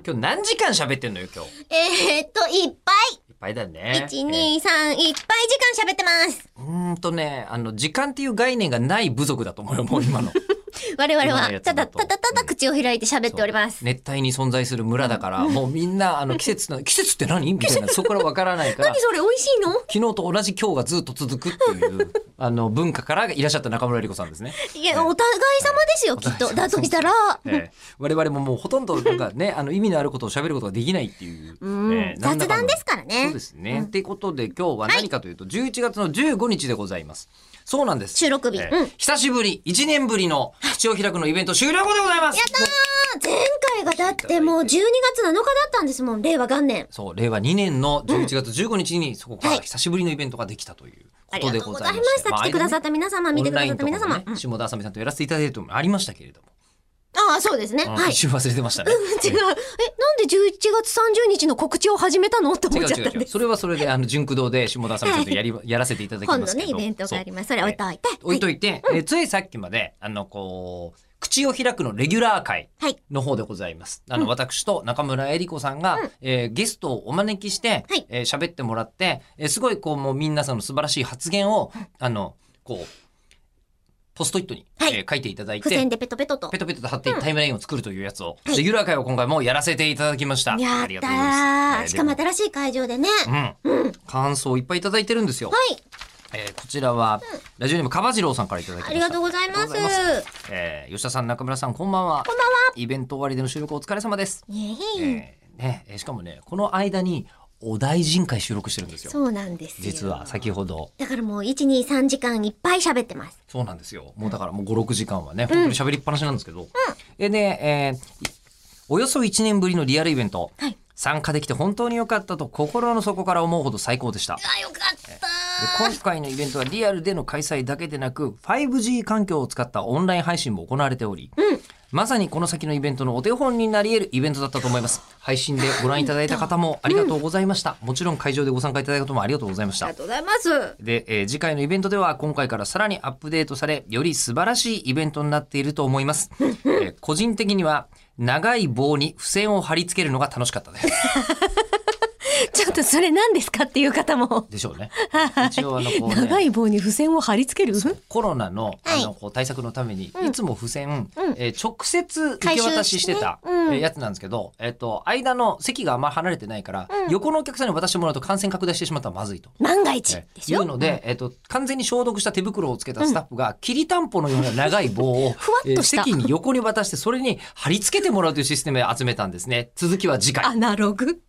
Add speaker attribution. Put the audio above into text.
Speaker 1: 今日何時間喋ってんのよ、今日。
Speaker 2: いっぱい。
Speaker 1: いっぱいだね。
Speaker 2: 1、2、3、いっぱい時間喋ってます。
Speaker 1: 時間っていう概念がない部族だと思うよ、もう今の。
Speaker 2: 我々はただ口を開いて喋っております。
Speaker 1: 熱帯に存在する村だから、もうみんな季節って何みたいな、そこからわからないから。
Speaker 2: 何それ美味しいの？
Speaker 1: 昨日と同じ今日がずっと続くっていう文化からいらっしゃった中村江里子さんですね。
Speaker 2: いや、お互い様ですよ、きっと。だとしたら、
Speaker 1: 我々ももうほとんどなんかね、意味のあることを喋ることができないっていう、
Speaker 2: 雑談ですからね。
Speaker 1: そうですね。ってことで今日は何かというと、11月の15日でございます。そうなんです。
Speaker 2: 収録日。
Speaker 1: 久しぶり、1年ぶりの口を開くのイベント終了後でございます。
Speaker 2: やったー！前回がだってもう12月7日だったんですもん、令和元年。
Speaker 1: そう、令和2年の11月15日にそこから久しぶりのイベントができたということでございまして。ありがとうございました。
Speaker 2: 来てくださった皆様、見てくださった皆様。
Speaker 1: 下田あさみさんとやらせていただいてもありましたけれども。
Speaker 2: ああ、そうですね。はい。
Speaker 1: 一瞬忘れてましたね。
Speaker 2: 違う。なんで11月30日の告知を始めたのって思っちゃったんです。
Speaker 1: それはそれで、純駆動で下田あさみさんとやらせていただきますけど。
Speaker 2: 今度ね、イベントがあります。それ置いといて。
Speaker 1: 置いといて、ついさっきまで、口を開くのレギュラー会の方でございます。私と中村江里子さんが、ゲストをお招きして、喋ってもらって、すごいもうみんなその素晴らしい発言を、ポストイットに、書いていただいて、
Speaker 2: 付箋でペトペトと
Speaker 1: 貼ってタイムラインを作るというやつを、レギュラー会を今回もやらせていただきました。
Speaker 2: やったー。しかも新しい会場でね。
Speaker 1: 感想をいっぱいいただいてるんですよ。こちらは、ラジオネームかばじろうさんからいただきました。
Speaker 2: ありがとうございます。
Speaker 1: 吉田さん、中村さん、こんばんは。
Speaker 2: こんばんは。
Speaker 1: イベント終わりでの収録お疲れ様です。しかもね、この間に、お大臣会収録してるんですよ。
Speaker 2: そうなんですよ。
Speaker 1: 実は先ほど。
Speaker 2: だからもう1、2、3時間いっぱい喋ってます。
Speaker 1: そうなんですよ。もうだからもう5、6時間はね、本当に喋りっぱなしなんですけど。で、およそ1年ぶりのリアルイベント。参加できて本当に良かったと心の底から思うほど最高でした。
Speaker 2: よかった
Speaker 1: 今回のイベントはリアルでの開催だけでなく 5G 環境を使ったオンライン配信も行われており、まさにこの先のイベントのお手本になり得るイベントだったと思います。配信でご覧いただいた方もありがとうございました。もちろん会場でご参加いただいた方もありがとうございました。
Speaker 2: ありがとうございます。
Speaker 1: で、次回のイベントでは今回からさらにアップデートされより素晴らしいイベントになっていると思います。個人的には長い棒に付箋を貼り付けるのが楽しかったです。
Speaker 2: ちょっとそれ何ですかっていう方も
Speaker 1: でしょうね。一応
Speaker 2: 長い棒に付箋を貼り付ける
Speaker 1: コロナの対策のためにいつも付箋、直接受け渡ししてたやつなんですけど、間の席があんま離れてないから、横のお客さんに渡してもらうと感染拡大してしまったらまずいと
Speaker 2: 万が一でしょ
Speaker 1: いうので、完全に消毒した手袋をつけたスタッフがきりたんぽのような長い棒を席に横に渡してそれに貼り付けてもらうというシステムで集めたんですね。続きは次回。
Speaker 2: アナログ